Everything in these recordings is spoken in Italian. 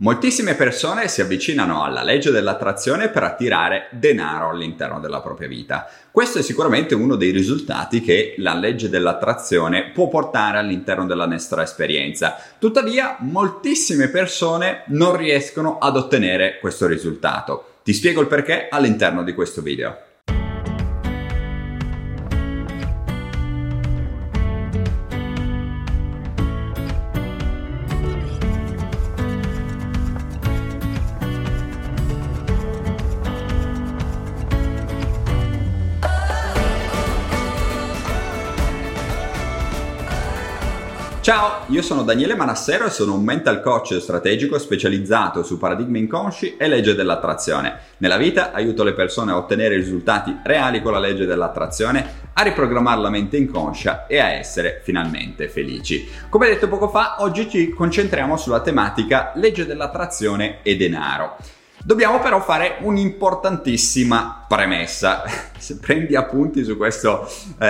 Moltissime persone si avvicinano alla legge dell'attrazione per attirare denaro all'interno della propria vita. Questo è sicuramente uno dei risultati che la legge dell'attrazione può portare all'interno della nostra esperienza. Tuttavia, moltissime persone non riescono ad ottenere questo risultato. Ti spiego il perché all'interno di questo video. Ciao, io sono Daniele Manassero e sono un mental coach strategico specializzato su paradigmi inconsci e legge dell'attrazione. Nella vita aiuto le persone a ottenere risultati reali con la legge dell'attrazione, a riprogrammare la mente inconscia e a essere finalmente felici. Come detto poco fa, oggi ci concentriamo sulla tematica legge dell'attrazione e denaro. Dobbiamo però fare un'importantissima premessa. Prendi appunti su questa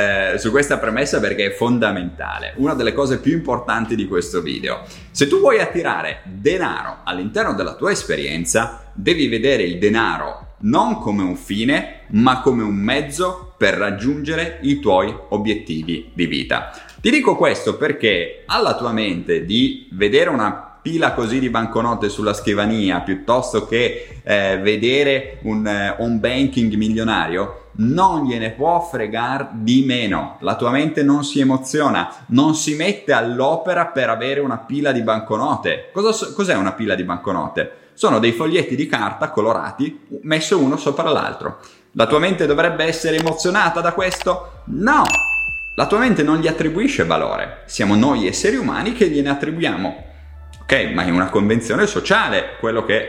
premessa perché è fondamentale, una delle cose più importanti di questo video. Se tu vuoi attirare denaro all'interno della tua esperienza, devi vedere il denaro non come un fine, ma come un mezzo per raggiungere i tuoi obiettivi di vita. Ti dico questo perché alla tua mente di vedere una pila così di banconote sulla scrivania piuttosto che vedere un home banking milionario non gliene può fregar di meno. La tua mente non si emoziona, non si mette all'opera per avere una pila di banconote. Cos'è una pila di banconote? Sono dei foglietti di carta colorati messo uno sopra l'altro. La tua mente dovrebbe essere emozionata da questo? No! La tua mente non gli attribuisce valore. Siamo noi esseri umani che gliene attribuiamo. Ok, ma è una convenzione sociale quello che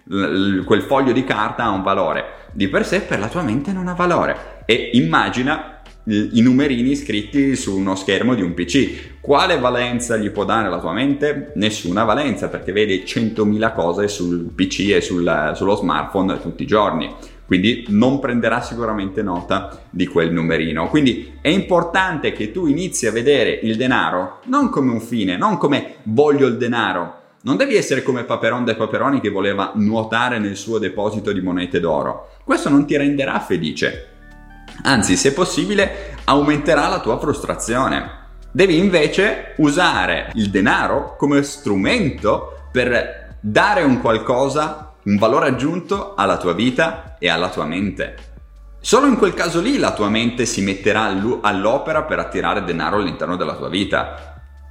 quel foglio di carta ha un valore. Di per sé per la tua mente non ha valore. E immagina i numerini scritti su uno schermo di un PC. Quale valenza gli può dare la tua mente? Nessuna valenza, perché vedi 100.000 cose sul PC e sullo smartphone tutti i giorni. Quindi non prenderà sicuramente nota di quel numerino. Quindi è importante che tu inizi a vedere il denaro non come un fine, non come voglio il denaro. Non devi essere come Paperon dei Paperoni che voleva nuotare nel suo deposito di monete d'oro. Questo non ti renderà felice. Anzi, se possibile, aumenterà la tua frustrazione. Devi invece usare il denaro come strumento per dare un qualcosa, un valore aggiunto alla tua vita e alla tua mente. Solo in quel caso lì la tua mente si metterà all'opera per attirare denaro all'interno della tua vita.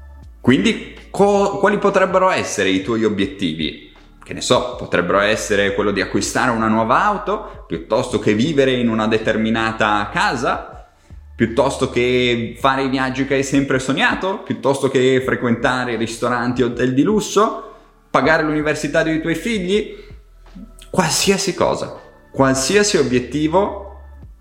Quindi quali potrebbero essere i tuoi obiettivi? Che ne so, potrebbero essere quello di acquistare una nuova auto, piuttosto che vivere in una determinata casa, piuttosto che fare i viaggi che hai sempre sognato, piuttosto che frequentare ristoranti e hotel di lusso, pagare l'università dei tuoi figli. Qualsiasi cosa, qualsiasi obiettivo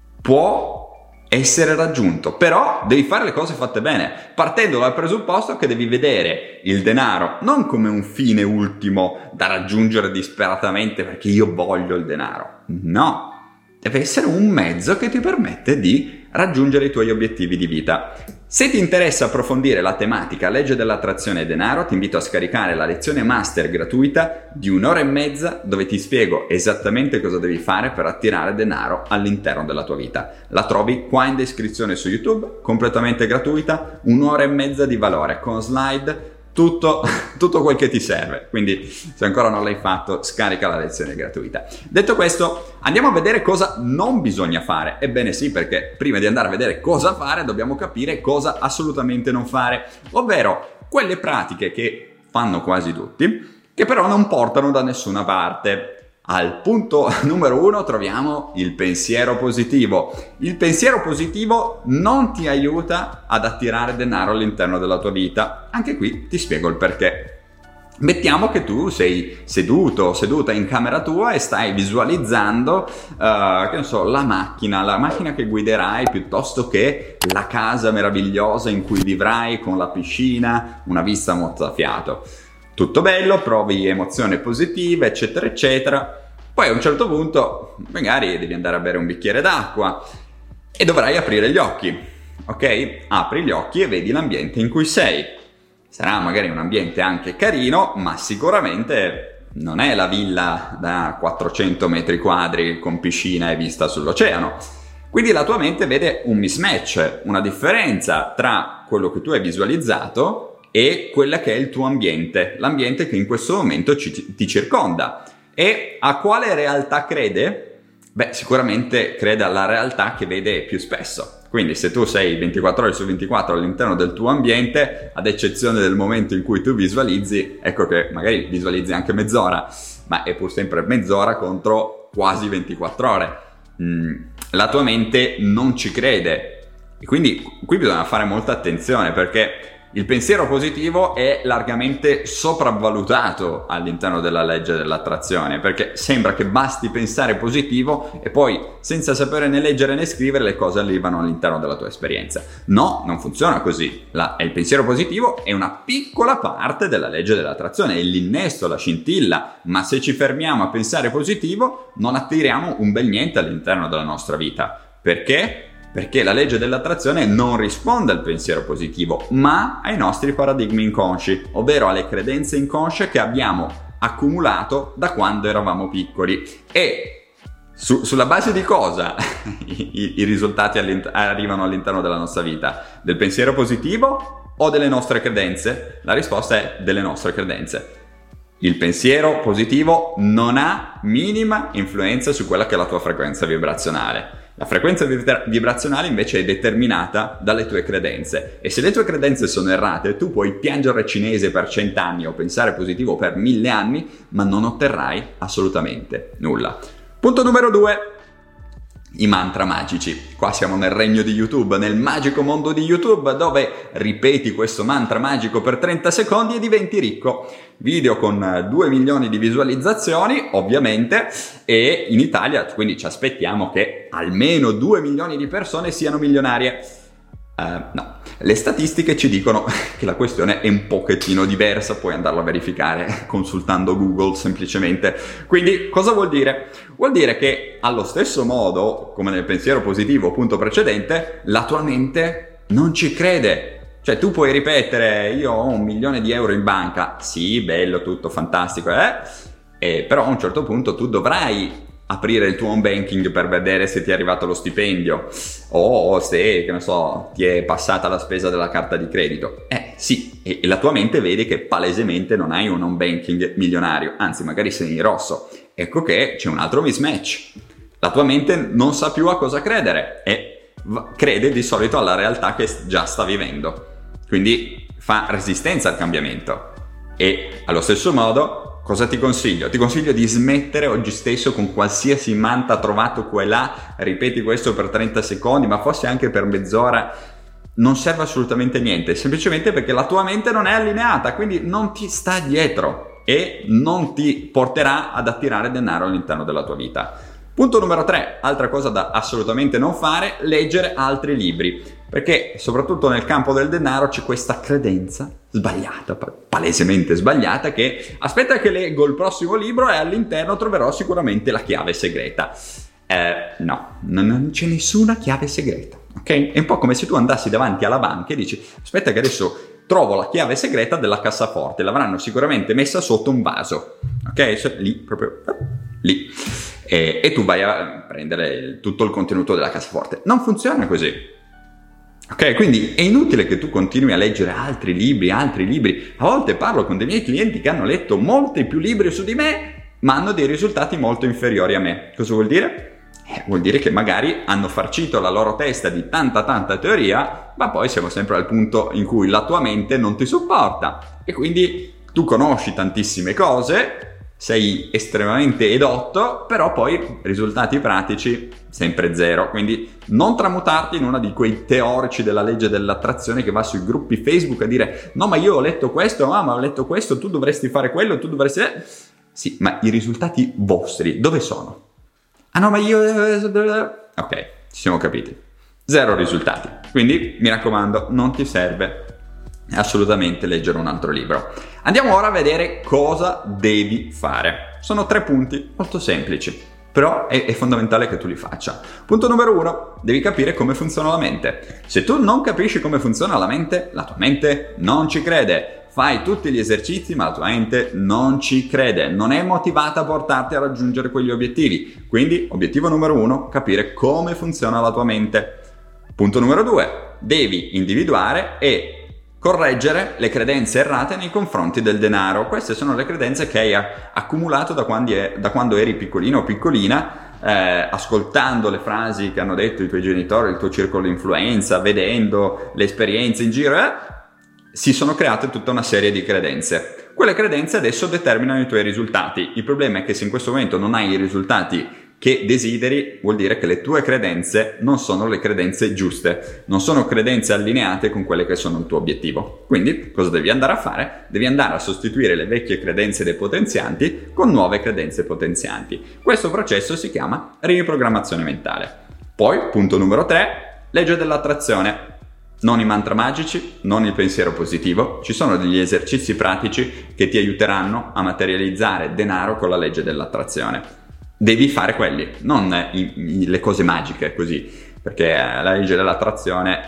può essere raggiunto, però devi fare le cose fatte bene, partendo dal presupposto che devi vedere il denaro non come un fine ultimo da raggiungere disperatamente perché io voglio il denaro. No, deve essere un mezzo che ti permette di raggiungere i tuoi obiettivi di vita. Se ti interessa approfondire la tematica legge dell'attrazione e denaro, ti invito a scaricare la lezione master gratuita di 1 ora e mezza dove ti spiego esattamente cosa devi fare per attirare denaro all'interno della tua vita. La trovi qua in descrizione su YouTube, completamente gratuita, 1 ora e mezza di valore con slide, tutto quel che ti serve. Quindi se ancora non l'hai fatto, scarica la lezione gratuita. Detto questo, andiamo a vedere cosa non bisogna fare. Ebbene sì, perché prima di andare a vedere cosa fare dobbiamo capire cosa assolutamente non fare, ovvero quelle pratiche che fanno quasi tutti che però non portano da nessuna parte. Al punto numero 1 troviamo il pensiero positivo. Il pensiero positivo non ti aiuta ad attirare denaro all'interno della tua vita. Anche qui ti spiego il perché. Mettiamo che tu sei seduto o seduta in camera tua e stai visualizzando, che ne so, la macchina che guiderai piuttosto che la casa meravigliosa in cui vivrai con la piscina, una vista mozzafiato. Tutto bello, provi emozioni positive, eccetera, eccetera. Poi a un certo punto magari devi andare a bere un bicchiere d'acqua e dovrai aprire gli occhi, ok? Apri gli occhi e vedi l'ambiente in cui sei. Sarà magari un ambiente anche carino, ma sicuramente non è la villa da 400 metri quadri con piscina e vista sull'oceano. Quindi la tua mente vede un mismatch, una differenza tra quello che tu hai visualizzato e quella che è il tuo ambiente, l'ambiente che in questo momento ti circonda. E a quale realtà crede? Beh, sicuramente crede alla realtà che vede più spesso. Quindi se tu sei 24 ore su 24 all'interno del tuo ambiente, ad eccezione del momento in cui tu visualizzi, ecco che magari visualizzi anche mezz'ora, ma è pur sempre mezz'ora contro quasi 24 ore. La tua mente non ci crede. E quindi qui bisogna fare molta attenzione, perché il pensiero positivo è largamente sopravvalutato all'interno della legge dell'attrazione, perché sembra che basti pensare positivo e poi, senza sapere né leggere né scrivere, le cose arrivano all'interno della tua esperienza. No, non funziona così. Il pensiero positivo è una piccola parte della legge dell'attrazione, è l'innesto, la scintilla, ma se ci fermiamo a pensare positivo non attiriamo un bel niente all'interno della nostra vita. Perché? Perché la legge dell'attrazione non risponde al pensiero positivo, ma ai nostri paradigmi inconsci, ovvero alle credenze inconsce che abbiamo accumulato da quando eravamo piccoli. E sulla base di cosa i risultati arrivano all'interno della nostra vita? Del pensiero positivo o delle nostre credenze? La risposta è delle nostre credenze. Il pensiero positivo non ha minima influenza su quella che è la tua frequenza vibrazionale. La frequenza vibrazionale invece è determinata dalle tue credenze, e se le tue credenze sono errate, tu puoi piangere cinese per 100 anni o pensare positivo per 1000 anni, ma non otterrai assolutamente nulla. Punto numero 2. I mantra magici. Qua siamo nel regno di YouTube, nel magico mondo di YouTube, dove ripeti questo mantra magico per 30 secondi e diventi ricco. Video con 2 milioni di visualizzazioni, ovviamente, e in Italia, quindi ci aspettiamo che almeno 2 milioni di persone siano milionarie. No, le statistiche ci dicono che la questione è un pochettino diversa, puoi andarlo a verificare consultando Google semplicemente. Quindi cosa vuol dire? Vuol dire che allo stesso modo, come nel pensiero positivo punto precedente, la tua mente non ci crede. Cioè tu puoi ripetere io ho 1 milione di euro in banca, sì, bello, tutto fantastico, però a un certo punto tu dovrai aprire il tuo home banking per vedere se ti è arrivato lo stipendio o se, che ne so, ti è passata la spesa della carta di credito. Sì, e la tua mente vede che palesemente non hai un home banking milionario, anzi magari sei in rosso. Ecco che c'è un altro mismatch. La tua mente non sa più a cosa credere e crede di solito alla realtà che già sta vivendo. Quindi fa resistenza al cambiamento. E allo stesso modo, cosa ti consiglio? Ti consiglio di smettere oggi stesso con qualsiasi mantra trovato qua e là, ripeti questo per 30 secondi, ma forse anche per mezz'ora, non serve assolutamente niente, semplicemente perché la tua mente non è allineata, quindi non ti sta dietro e non ti porterà ad attirare denaro all'interno della tua vita. Punto numero 3, altra cosa da assolutamente non fare, leggere altri libri, perché soprattutto nel campo del denaro c'è questa credenza sbagliata, palesemente sbagliata, che aspetta che leggo il prossimo libro e all'interno troverò sicuramente la chiave segreta. No, non c'è nessuna chiave segreta, ok? È un po' come se tu andassi davanti alla banca e dici aspetta che adesso trovo la chiave segreta della cassaforte, l'avranno sicuramente messa sotto un vaso, ok? Lì, proprio lì. E tu vai a prendere tutto il contenuto della cassaforte. Non funziona così. Ok, quindi è inutile che tu continui a leggere altri libri. A volte parlo con dei miei clienti che hanno letto molti più libri su di me, ma hanno dei risultati molto inferiori a me. Cosa vuol dire? Vuol dire che magari hanno farcito la loro testa di tanta teoria, ma poi siamo sempre al punto in cui la tua mente non ti sopporta. E quindi tu conosci tantissime cose, sei estremamente edotto, però poi risultati pratici sempre zero. Quindi non tramutarti in uno di quei teorici della legge dell'attrazione che va sui gruppi Facebook a dire no ma io ho letto questo, ma ho letto questo, tu dovresti fare quello, tu dovresti... Sì, ma i risultati vostri dove sono? Ah no ma io... Ok, ci siamo capiti. Zero risultati. Quindi mi raccomando, non ti serve assolutamente leggere un altro libro. Andiamo ora a vedere cosa devi fare. Sono 3 punti molto semplici, però è fondamentale che tu li faccia. Punto numero 1, devi capire come funziona la mente. Se tu non capisci come funziona la tua mente non ci crede. fai tutti gli esercizi ma la tua mente non ci crede, non è motivata a portarti a raggiungere quegli obiettivi. Quindi obiettivo numero 1, capire come funziona la tua mente. Punto numero 2, devi individuare e correggere le credenze errate nei confronti del denaro. Queste sono le credenze che hai accumulato da quando eri piccolino o piccolina, ascoltando le frasi che hanno detto i tuoi genitori, il tuo circolo di influenza, vedendo le esperienze in giro, si sono create tutta una serie di credenze. Quelle credenze adesso determinano i tuoi risultati. Il problema è che se in questo momento non hai i risultati che desideri, vuol dire che le tue credenze non sono le credenze giuste, non sono credenze allineate con quelle che sono il tuo obiettivo. Quindi cosa devi andare a fare? Devi andare a sostituire le vecchie credenze depotenzianti con nuove credenze potenzianti. Questo processo si chiama riprogrammazione mentale. Poi, punto numero 3, legge dell'attrazione. Non i mantra magici, non il pensiero positivo, ci sono degli esercizi pratici che ti aiuteranno a materializzare denaro con la legge dell'attrazione. Devi fare quelli, non le cose magiche così, perché la legge dell'attrazione,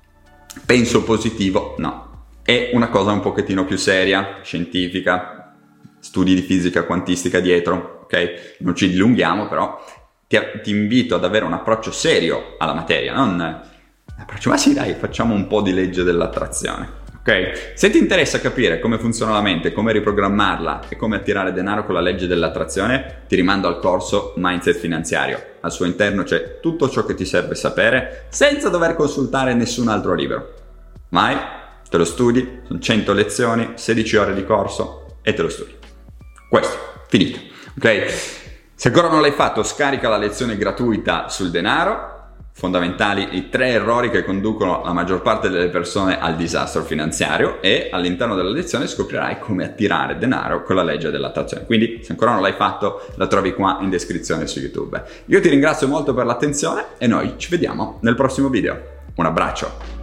penso positivo, no. È una cosa un pochettino più seria, scientifica, studi di fisica quantistica dietro, ok? Non ci dilunghiamo, però ti invito ad avere un approccio serio alla materia, non approccio, ma sì dai, facciamo un po' di legge dell'attrazione. Ok? Se ti interessa capire come funziona la mente, come riprogrammarla e come attirare denaro con la legge dell'attrazione, ti rimando al corso Mindset Finanziario. Al suo interno c'è tutto ciò che ti serve sapere senza dover consultare nessun altro libro. Vai, te lo studi, sono 100 lezioni, 16 ore di corso e te lo studi. Questo, finito. Ok? Se ancora non l'hai fatto, scarica la lezione gratuita sul denaro. Fondamentali i 3 errori che conducono la maggior parte delle persone al disastro finanziario, e all'interno della lezione scoprirai come attirare denaro con la legge dell'attrazione. Quindi se ancora non l'hai fatto, la trovi qua in descrizione su YouTube. Io ti ringrazio molto per l'attenzione e noi ci vediamo nel prossimo video. Un abbraccio!